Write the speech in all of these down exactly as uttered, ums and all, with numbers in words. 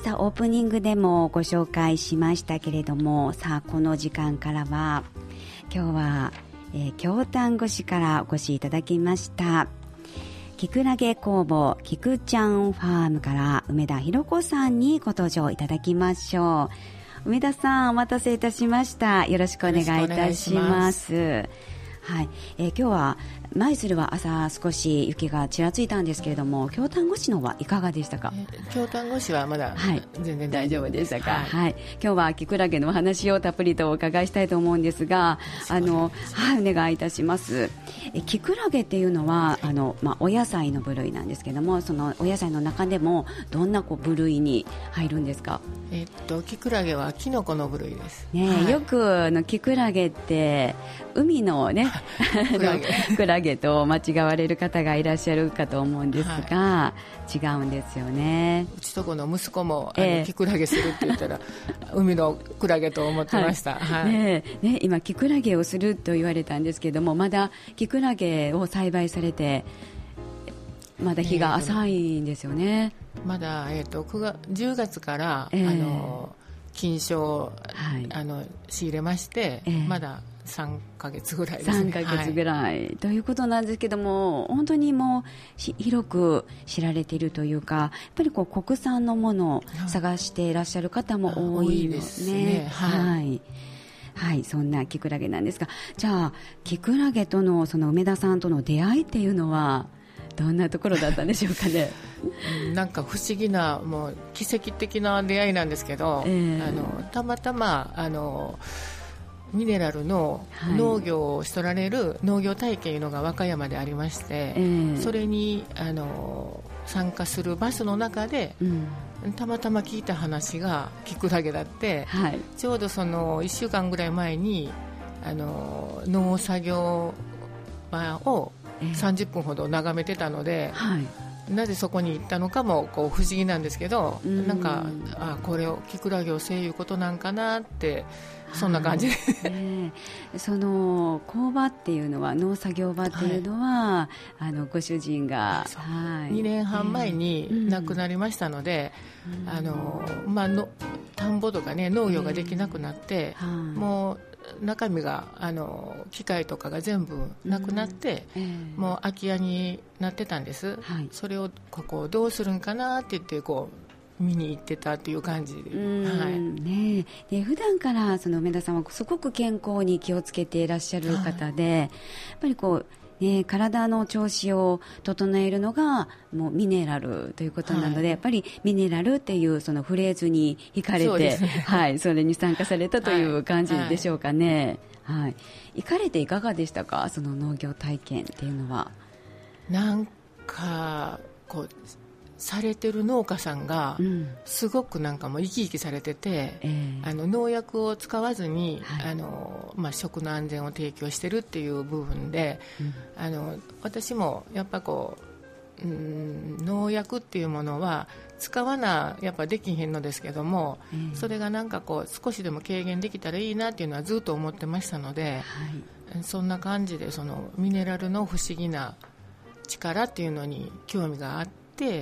さあオープニングでもご紹介しましたけれども、さあこの時間からは今日は、えー、京丹後市からお越しいただきましたきくらげ工房きくちゃんファームから梅田ひろ子さんにご登場いただきましょう。梅田さん、お待たせいたしました。よろしくお願いいたします。はい、えー、今日は舞鶴は朝少し雪がちらついたんですけれども、京丹後市のはいかがでしたか？ 京丹後市はまだ、はい、全然大丈夫でしたか？ はいはい、今日はきくらげのお話をたっぷりとお伺いしたいと思うんですが、あの、はい、お願いいたします。えきくらげっていうのはあの、まあ、お野菜の部類なんですけども、そのお野菜の中でもどんなこう部類に入るんですか？ えっと、きくらげはキノコの部類です、 ね、はい、よくあのきくらげって海のねクラゲクラゲと間違われる方がいらっしゃるかと思うんですが、はい、違うんですよね。 うちとこの息子もあの、えー、キクラゲするって言ったら海のクラゲと思ってました、はいはい、 ねね、今キクラゲをすると言われたんですけども、まだキクラゲを栽培されてまだ日が浅いんですよね、 えー、まだ、えー、とくがじゅうがつから、えー、あの菌床を、はい、あの仕入れまして、えー、まださんかげつぐらいですね。 さんかげつぐらい、はい、ということなんですけども、本当にもう広く知られているというか、やっぱりこう国産のものを探していらっしゃる方も多いのですね。はい、はいはい、そんなキクラゲなんですが、じゃあキクラゲとのその梅田さんとの出会いっていうのはどんなところだったんでしょうかね。 なんか不思議なもう奇跡的な出会いなんですけど、えー、あのたまたまあのミネラルの農業をしとられる農業体験のが和歌山でありまして、えー、それにあの参加するバスの中で、うん、たまたま聞いた話がキクラゲだって、はい、ちょうどそのいっしゅうかんぐらい前にあの農作業場をさんじゅっぷんほど眺めてたので、えーはい、なぜそこに行ったのかもこう不思議なんですけど、うん、なんかあこれをキクラゲをせいいうことなんかなってそんな感じで、はいね、その工場っていうのは農作業場っていうのは、はい、あのご主人が、 はい、にねんはん前に亡くなりましたので、えー、あのまあ、の田んぼとか、ね、農業ができなくなって、えー、もう中身があの機械とかが全部なくなって、うんえー、もう空き家になってたんです、はい、それをここどうするんかなって言ってこう見に行ってたという感じで、はいね、で普段からその梅田さんはすごく健康に気をつけていらっしゃる方で、はい、やっぱりこう、ね、体の調子を整えるのがもうミネラルということなので、はい、やっぱりミネラルっていうそのフレーズに惹かれて、ね、はい、それに参加されたという感じでしょうかね、はいはい、行かれていかがでしたか、その農業体験っていうのは。 なんかこうされてる農家さんがすごくなんかもう生き生きされてて、うん、あの農薬を使わずに、はい、あのまあ、食の安全を提供してるっていう部分で、うん、あの私もやっぱこう、うん、農薬っていうものは使わなやっぱできへんのですけども、うん、それがなんかこう少しでも軽減できたらいいなっていうのはずっと思ってましたので、はい、そんな感じでそのミネラルの不思議な力っていうのに興味があって、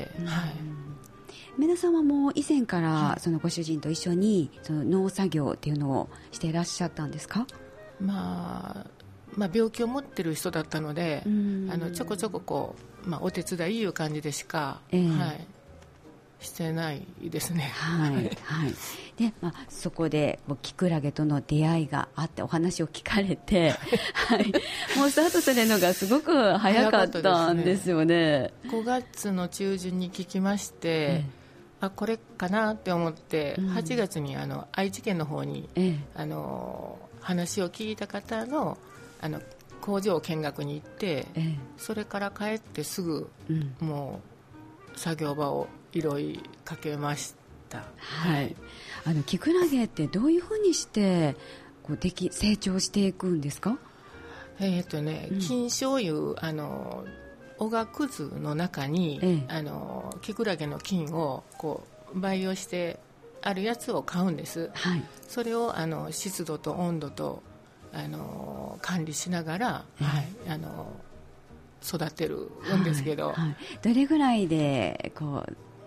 うん、はい、 梅田さんはもう以前からそのご主人と一緒にその農作業っていうのをしていらっしゃったんですか？ まあ、まあ病気を持ってる人だったので、あのちょこちょここう、まあ、お手伝いいう感じでしか、えーはい、してないですね。 はいはい、でまあ、そこでキクラゲとの出会いがあってお話を聞かれて、はい、もうスタートされるのがすごく早かったんですよね。 ごがつの中旬に聞きまして、えー、あこれかなって思って、うん、はちがつにあの愛知県の方に、えー、あの話を聞いた方の、あの工場見学に行って、えー、それから帰ってすぐ、うん、もう作業場を色いかけました。 はい、あのキクラゲってどういうふうにしてこうでき成長していくんですか？ えーとね、うん、菌床いうあのおがくずの中に、ええ、あのキクラゲの菌をこう培養してあるやつを買うんです、はい、それをあの湿度と温度とあの管理しながら、ええ、はい、あの育てるんですけど、はいはい、 どれぐらいでこう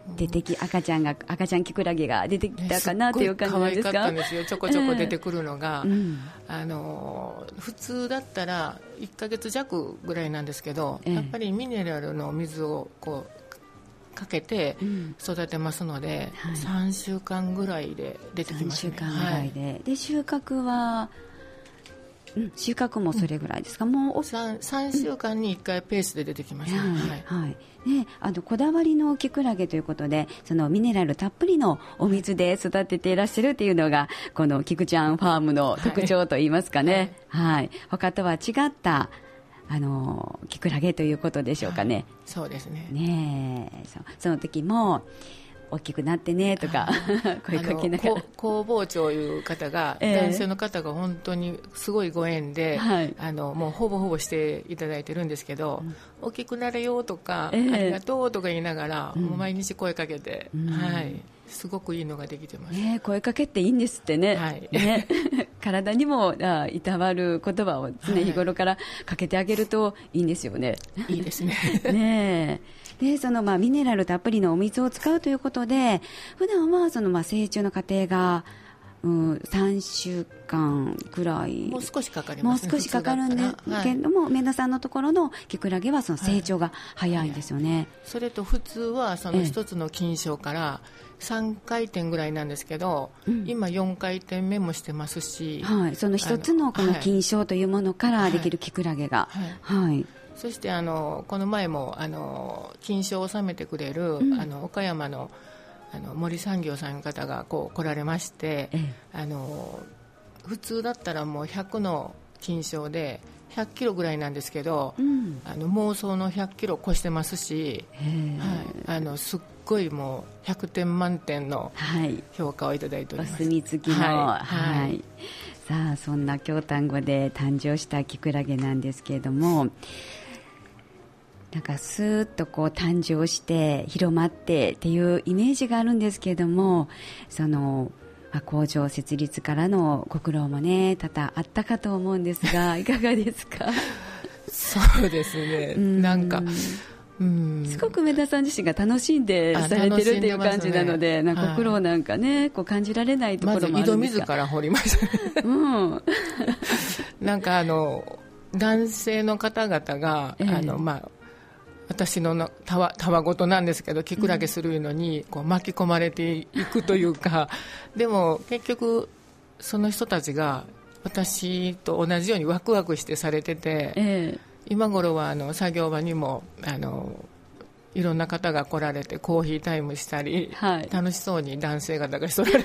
出てき赤ちゃんが赤ちゃんキクラゲが出てきたかなという感じなんですか。 可愛かったんですよ。ちょこちょこ出てくるのが、 えーうん、 あの普通だったらいっかげつ弱ぐらいなんですけど、えー、やっぱりミネラルの水をこうかけて育てますので、うんはい、さんしゅうかんぐらいで出てきますね。 さんしゅうかんぐらいで、はい、で収穫はうん、収穫もそれぐらいですか、うん、もう 3, さんしゅうかんにいっかいペースで出てきました、 うんはいはいね、あのこだわりのキクラゲということでそのミネラルたっぷりのお水で育てていらっしゃるというのがこのキクちゃんファームの特徴といいますかね、はいはい、他とは違ったあのキクラゲということでしょうかね、はい、 そうですね。 ねえ そ, その時も大きくなってねとか声かけながら工房長いう方が、えー、男性の方が本当にすごいご縁で、はい、あのもうほぼほぼしていただいてるんですけど、うん、大きくなれよとか、えー、ありがとうとか言いながら、うん、もう毎日声かけて、うんはい、すごくいいのができてます、 ね、声かけっていいんですってね、はいね体にもあいたわる言葉を常日頃からかけてあげるといいんですよね、 はい、いいですねねでそのまあミネラルたっぷりのお水を使うということで普段はそのまあ成長の過程が、うん、さんしゅうかんくらいもう少しかかりますね。 もう少しかかるんですけれども、はい、メダさんのところのキクラゲはその成長が早いんですよね、はい、 それと普通はその一つの菌床からさんかい転ぐらいなんですけど、うん、今よんかい転目もしてますし、 はい、その一つのこの菌床というものからできるキクラゲが、はいはいはい、 そしてあのこの前もあの菌床を収めてくれる、うん、あの岡山のあの森産業さんの方がこう来られまして、ええ、あの普通だったらもうひゃくの菌床でひゃっキロぐらいなんですけど、うん、あの妄想のひゃっキロ越してますし、はい、あのすっごいもうひゃくてん満点の評価をいただいております、 お墨付きの、はいはいはい、さあそんな京丹後で誕生したキクラゲなんですけれども、なんかスーッとこう誕生して広まってっていうイメージがあるんですけれども、その、まあ、工場設立からのご苦労もね多々あったかと思うんですがいかがですか？ そうですね、なんかうんすごく梅田さん自身が楽しんでされてるっていう感じなので、なんかご苦労なんかね、はい、こう感じられないところもあるんですが、 まず井戸水から掘りました、うん、なんかあの男性の方々が、ええ、あのまあ私のたわたわごとなんですけどキクラゲするのにこう巻き込まれていくというか、うん、でも結局その人たちが私と同じようにワクワクしてされてて、ええ、今頃はあの作業場にもあのいろんな方が来られてコーヒータイムしたり、はい、楽しそうに男性方がしとられる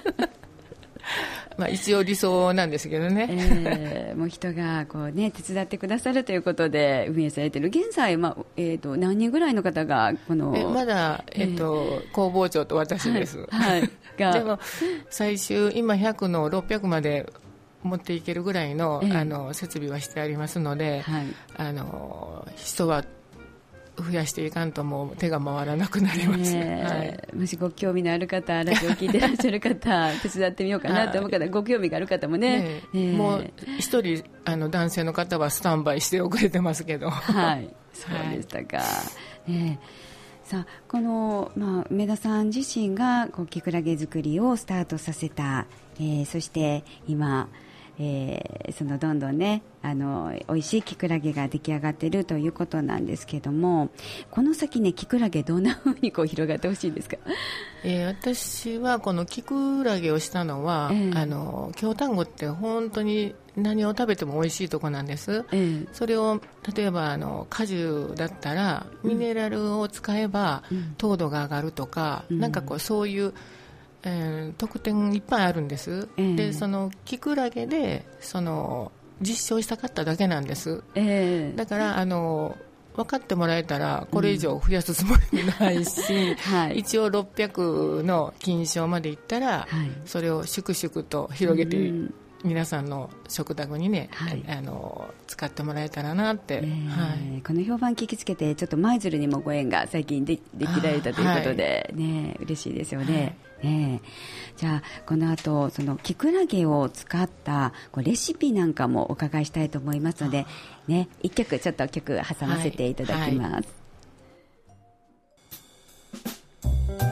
まあ一応理想なんですけどね、 えー、もう人がこう、ね、手伝ってくださるということで運営されている。現在、まあえー、と何人ぐらいの方がこのえまだ、えーとえー、工房長と私です、はいはい、がでも最終今ひゃくのろっぴゃくまで持っていけるぐらい の,、えー、あの設備はしてありますので、はい、あの人は増やしていかんともう手が回らなくなります、えーはい、 もしご興味のある方ラジオを聞いてらっしゃる方手伝ってみようかなと思う方、はい、ご興味がある方もね、ねえー、もう一人あの男性の方はスタンバイして遅れてますけどはいそうでしたか、はいね、さあこの、まあ、梅田さん自身がこうキクラゲ作りをスタートさせた、えー、そして今えー、そのどんどんねあの美味しいキクラゲが出来上がっているということなんですけども、この先ねキクラゲどんな風にこう広がってほしいですか？ えー、私はこのキクラゲをしたのは、えー、あの京丹後って本当に何を食べても美味しいとこなんです、えー、それを例えばあの果樹だったらミネラルを使えば糖度が上がるとか、うん、なんかこうそういうえー、特典いっぱいあるんです、えー、でそのキクラゲでその実証したかっただけなんです、えー、だからあの分かってもらえたらこれ以上増やすつもりないし、うんはい、一応ろっぴゃくの菌床までいったら、はい、それを粛々と広げて、うん、皆さんの食卓にね、はい、あの使ってもらえたらなって、えーはい、 この評判聞きつけてちょっと舞鶴にもご縁が最近 で, できられたということで、はいね、嬉しいですよね、はいえー、じゃあこの後そのキクラゲを使ったこうレシピなんかもお伺いしたいと思いますので、ね、いっきょくちょっと曲挟ませていただきます、はいはい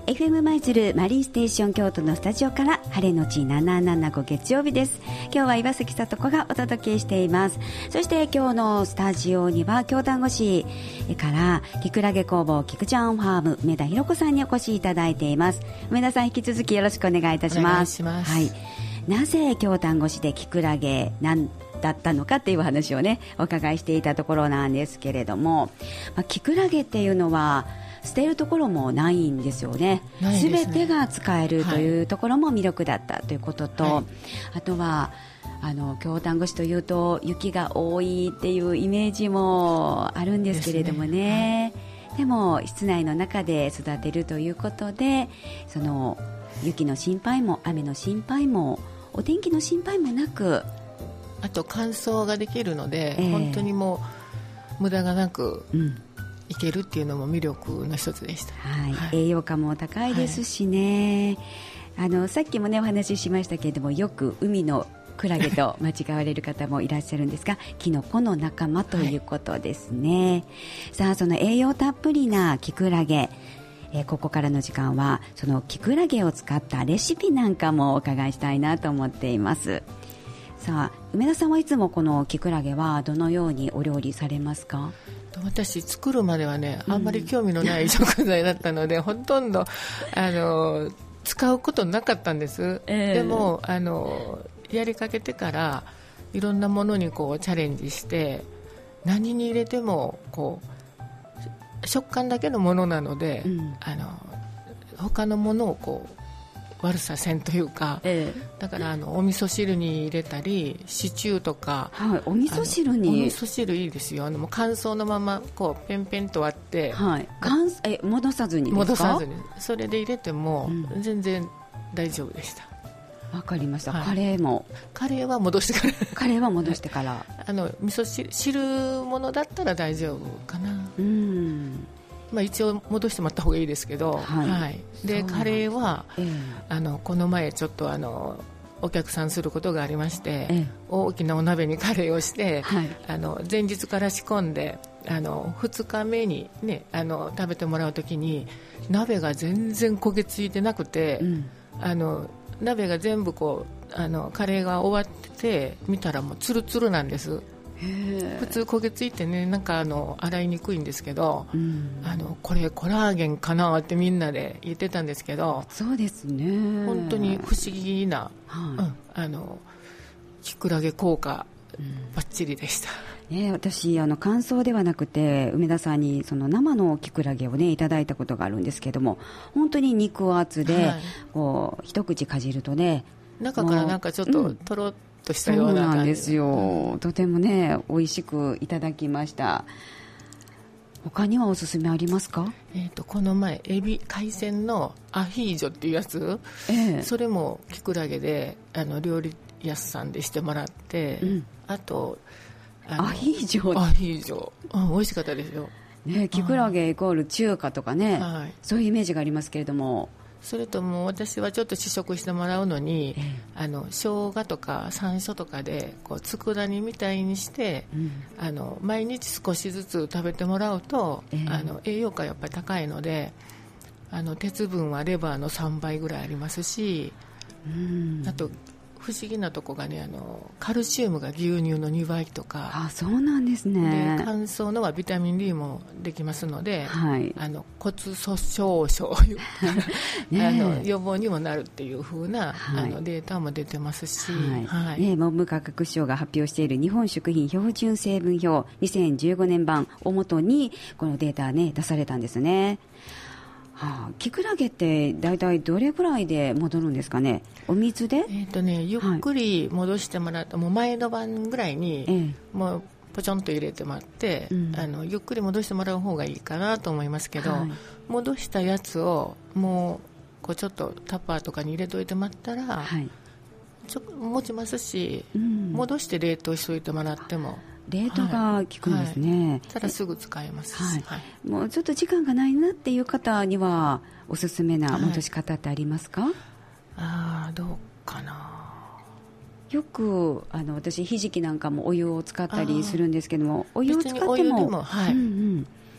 エフエム 舞鶴マリンステーション京都のスタジオから晴れのちななななご月曜日です。今日は岩崎里子がお届けしています。そして今日のスタジオには京丹後市からきくらげ工房きくちゃんファーム梅田ひろ子さんにお越しいただいています。梅田さん、引き続きよろしくお願いいたします。 お願いします。 はい、なぜ京丹後市できくらげなんだったのかっていう話をねお伺いしていたところなんですけれども、まあ、きくらげっていうのは捨てるところもないんですよね。すべてが使えるというところも魅力だったということと、はい、あとはあの京丹後市というと雪が多いっていうイメージもあるんですけれども ね, で, ね、はい、でも室内の中で育てるということで、その雪の心配も雨の心配もお天気の心配もなく、 あと乾燥ができるので、えー、本当にもう無駄がなく、うんいけるっていうのも魅力の一つでした。 はいはい、栄養価も高いですしね、はい、あのさっきもねお話ししましたけれども、よく海のクラゲと間違われる方もいらっしゃるんですがキノコの仲間ということですね、はい、さあその栄養たっぷりなキクラゲ、えー、ここからの時間はそのキクラゲを使ったレシピなんかもお伺いしたいなと思っています。さあ梅田さんはいつもこのキクラゲはどのようにお料理されますか？ 私作るまではねあんまり興味のない食材だったので、うん、ほとんどあの使うことなかったんです、えー、でもあのやりかけてからいろんなものにこうチャレンジして、何に入れてもこう食感だけのものなので、うん、あの他のものをこう悪させんというか、ええ、だからあのお味噌汁に入れたりシチューとか、 はい、お味噌汁にお味噌汁いいですよ。あのもう乾燥のままこうペンペンと割って、 はい、乾え戻さずにですか？ 戻さずにそれで入れても全然大丈夫でした。 わ、うん、かりました、はい、カレーもカレーは戻してからカレーは戻してから、はい、 あの味噌汁、汁物だったら大丈夫かな。うんまあ、一応戻してもらった方がいいですけど、はいはい、でカレーは、えー、あのこの前ちょっとあのお客さんすることがありまして、えー、大きなお鍋にカレーをして、はい、あの前日から仕込んであのふつかめに、ね、あの食べてもらうときに鍋が全然焦げついてなくて、うん、あの鍋が全部こうあのカレーが終わってて見たらもうツルツルなんです。普通焦げついてねなんかあの洗いにくいんですけど、うん、あのこれコラーゲンかなってみんなで言ってたんですけど、 そうですね本当に不思議な、はいうん、あのキクラゲ効果バッチリでした、 ね、私あの乾燥ではなくて梅田さんにその生のキクラゲをねいただいたことがあるんですけども、本当に肉厚で、はい、こう一口かじるとね中からなんかちょっととろっとしたような感じ、 そうなんですよ。とてもね美味しくいただきました。他にはおすすめありますか？ えーと、この前エビ海鮮のアヒージョっていうやつ、えー、それもキクラゲであの料理屋さんでしてもらって、うん、あとあのアヒージョアヒージョ、うん、美味しかったですよ、 ね、キクラゲイコール中華とかね、はい、そういうイメージがありますけれども、 それとも私はちょっと試食してもらうのに、ええ、あの生姜とか山椒とかでこう佃煮みたいにして、うん、あの毎日少しずつ食べてもらうと、ええ、あの栄養価やっぱり高いので、あの鉄分はレバーのさんばいぐらいありますし、うん、あと不思議なとこがね、あのカルシウムが牛乳のにばいとか、 あ、そうなんですね。 で乾燥のはビタミン D もできますので、はい、あの骨粗しょう症あの予防にもなるっていう風な、はい、あのデータも出てますし、はいはいね、文部科学省が発表している日本食品標準成分表にせんじゅうごねん版をもとにこのデータ、ね、出されたんですね。はあ、キクラゲって大体どれぐらいで戻るんですかね。お水で、 えーとね、ゆっくり戻してもらうと、はい、もう前の晩ぐらいに、ええ、もうポチョンと入れてもらって、うん、あのゆっくり戻してもらう方がいいかなと思いますけど、はい、戻したやつをもう、こうちょっとタッパーとかに入れといてもらったら、はい、ちょ持ちますし、うん、戻して冷凍しておいてもらっても冷凍が効くんですね、はいはい、 ただすぐ使えますし、 はいはい、もうちょっと時間がないなっていう方にはおすすめな戻し方ってありますか？はい、 あどうかな。 よくあの私ひじきなんかもお湯を使ったりするんですけども、お湯を使っても、 お湯でも、はい、うんうん、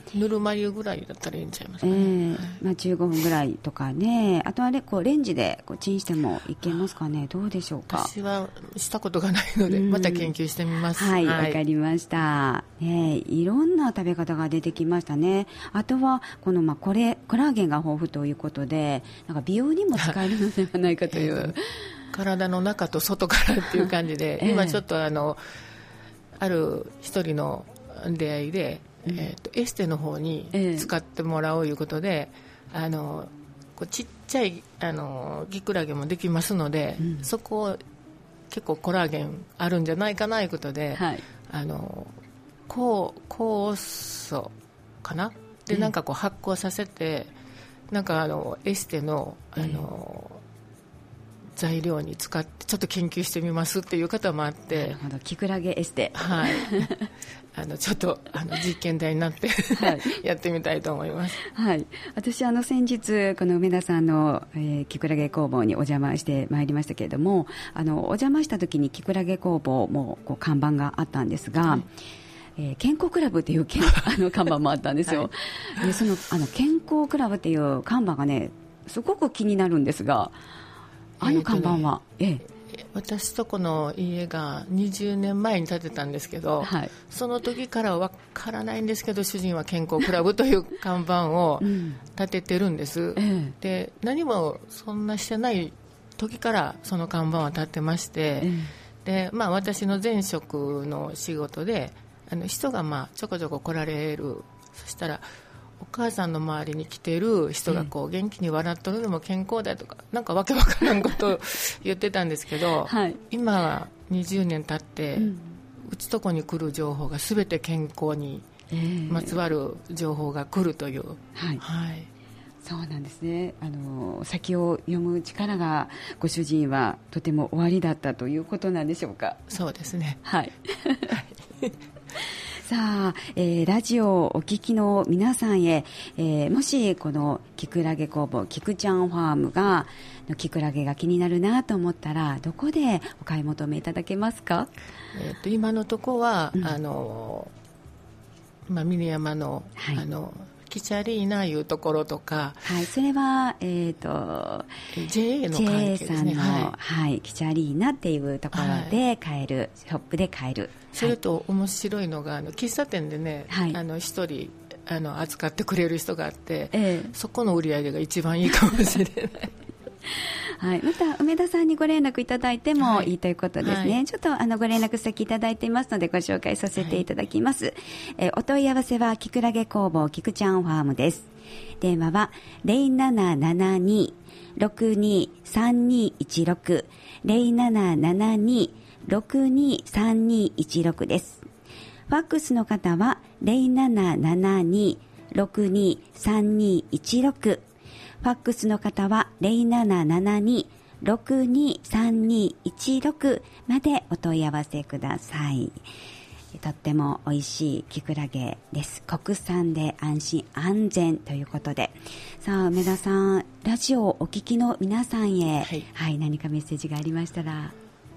ぬるま湯ぐらいだったらいいんちゃいますかね、 えーはい、 まあ、じゅうごふんぐらいとかね。あとはね、こうレンジでこうチンしてもいけますかね。どうでしょうか。 私はしたことがないので、また研究してみます。 はい、わ、はい、かりました、ね、いろんな食べ方が出てきましたね。あとはこの、まあ、これコラーゲンが豊富ということで、なんか美容にも使えるのではないかという、えー、 体の中と外からっていう感じで、えー、今ちょっとあのある一人の出会いで、うん、えー、とエステの方に使ってもらおうということで、えー、あのこうちっちゃいあのキクラゲもできますので、うん、そこを結構コラーゲンあるんじゃないかなということで、はい、あの酵酵素かなで、なんかこう発酵させて、なんかあのエステのあの、うん材料に使ってちょっと研究してみますっていう方もあって、 なるほど、キクラゲエステ、 はい、あのちょっとあの実験台になって、はい、やってみたいと思います、 はい、私あの先日この梅田さんの、えー、キクラゲ工房にお邪魔してまいりましたけれども、あのお邪魔した時にキクラゲ工房もこう看板があったんですが、はい、えー、健康クラブっていうけんあの看板もあったんですよ、はい、でそのあの健康クラブっていう看板がねすごく気になるんですが、あの看板は、えーねええ、私とこの家がにじゅうねんまえに建てたんですけど、はい、その時からわからないんですけど、主人は健康クラブという看板を建ててるんです、うん、ええ、で何もそんなしてない時からその看板は立ってまして、ええ、でまあ、私の前職の仕事であの人がまあちょこちょこ来られる、そしたらお母さんの周りに来てる人がこう元気に笑っとるのも健康だとか、なんかわけわからんことを言ってたんですけど、はい、今はにじゅうねん経って、うん、うちとこに来る情報が全て健康にまつわる情報が来るという、 えーはいはい、そうなんですね。あの先を読む力がご主人はとてもおありだったということなんでしょうか。 そうですね、 はい、はいさあ、えー、ラジオをお聞きの皆さんへ、えー、もしこのキクラゲ工房キクちゃんファームがのキクラゲが気になるなと思ったら、どこでお買い求めいただけますか。 えー、と今のところは、うん、あのまあ、峰山の、はい、あのキチャリーナいうところとか、 はい、それは、えー、とジェーエー の関係ですね、 ジェーエー さんの、 はいはい、キチャリーナっていうところで買える、はい、ショップで買える。 それと面白いのが、あの喫茶店でね、はい、あの一人あの扱ってくれる人があって、ええ、そこの売り上げが一番いいかもしれないはい、また梅田さんにご連絡いただいてもいいということですね、はい、ちょっとあのご連絡先いただいていますのでご紹介させていただきます、はい、えお問い合わせはキクラゲ工房キクちゃんファームです。電話は ゼロななななに ろくにさんにいちろく ゼロななななに ろくにさんにいちろく です。ファックスの方は ゼロななななに ろくにさんにいちろく、ファックスの方は ゼロななななに ろくにさんにいちろく までお問い合わせください。とっても美味しいキクラゲです。国産で安心安全ということで、さあ梅田さん、ラジオをお聞きの皆さんへ、はいはい、何かメッセージがありましたら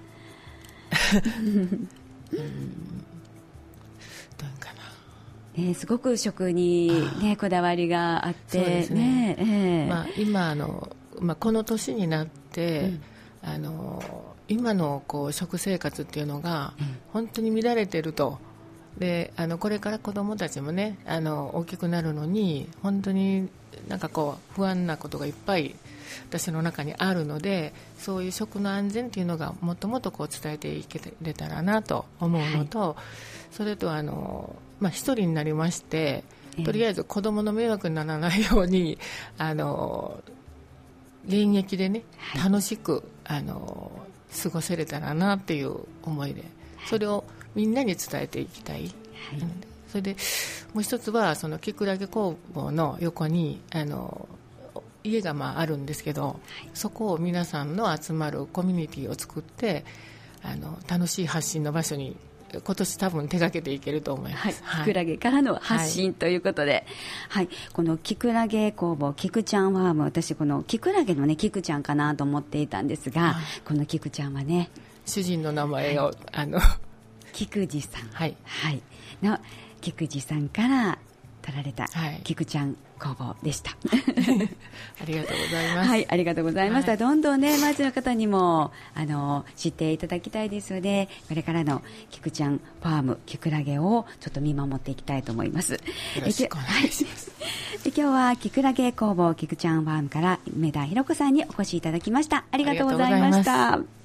うんどうかな、ね、すごく食に、ね、こだわりがあって、そうですね、ねえーまあ、今あの、まあ、この年になって、うん、あの今のこう食生活っていうのが本当に乱れてると、であのこれから子どもたちもねあの大きくなるのに本当になんかこう不安なことがいっぱい私の中にあるので、そういう食の安全っていうのがもっともっとこう伝えていけれたらなと思うのと、はい、それとあの、まあ、一人になりまして、とりあえず子どもの迷惑にならないようにあの現役でね楽しくあの過ごせれたらなっていう思いで、それをみんなに伝えていきたい、はい、それでもう一つはそのキクラゲ工房の横にあの家がまああるんですけど、はい、そこを皆さんの集まるコミュニティを作ってあの楽しい発信の場所に今年多分手掛けていけると思います、 はい、キクラゲからの発信ということで、はいはい、このキクラゲ工房キクちゃんファーム、私このキクラゲのねキクちゃんかなと思っていたんですが、はい、このキクちゃんはね主人の名前を、はい、あの菊池さん、 はい、 はい、の菊池さんから取られた菊ちゃん工房でした。 ありがとうございます。 はい、ありがとうございました。はい、どんどんね、町の方にもあの知っていただきたいですので、これからの菊ちゃんファームきくらげをちょっと見守っていきたいと思います。よろしくお願いします。 今日はきくらげ工房菊ちゃんファームから梅田ひろ子さんにお越しいただきました。ありがとうございました。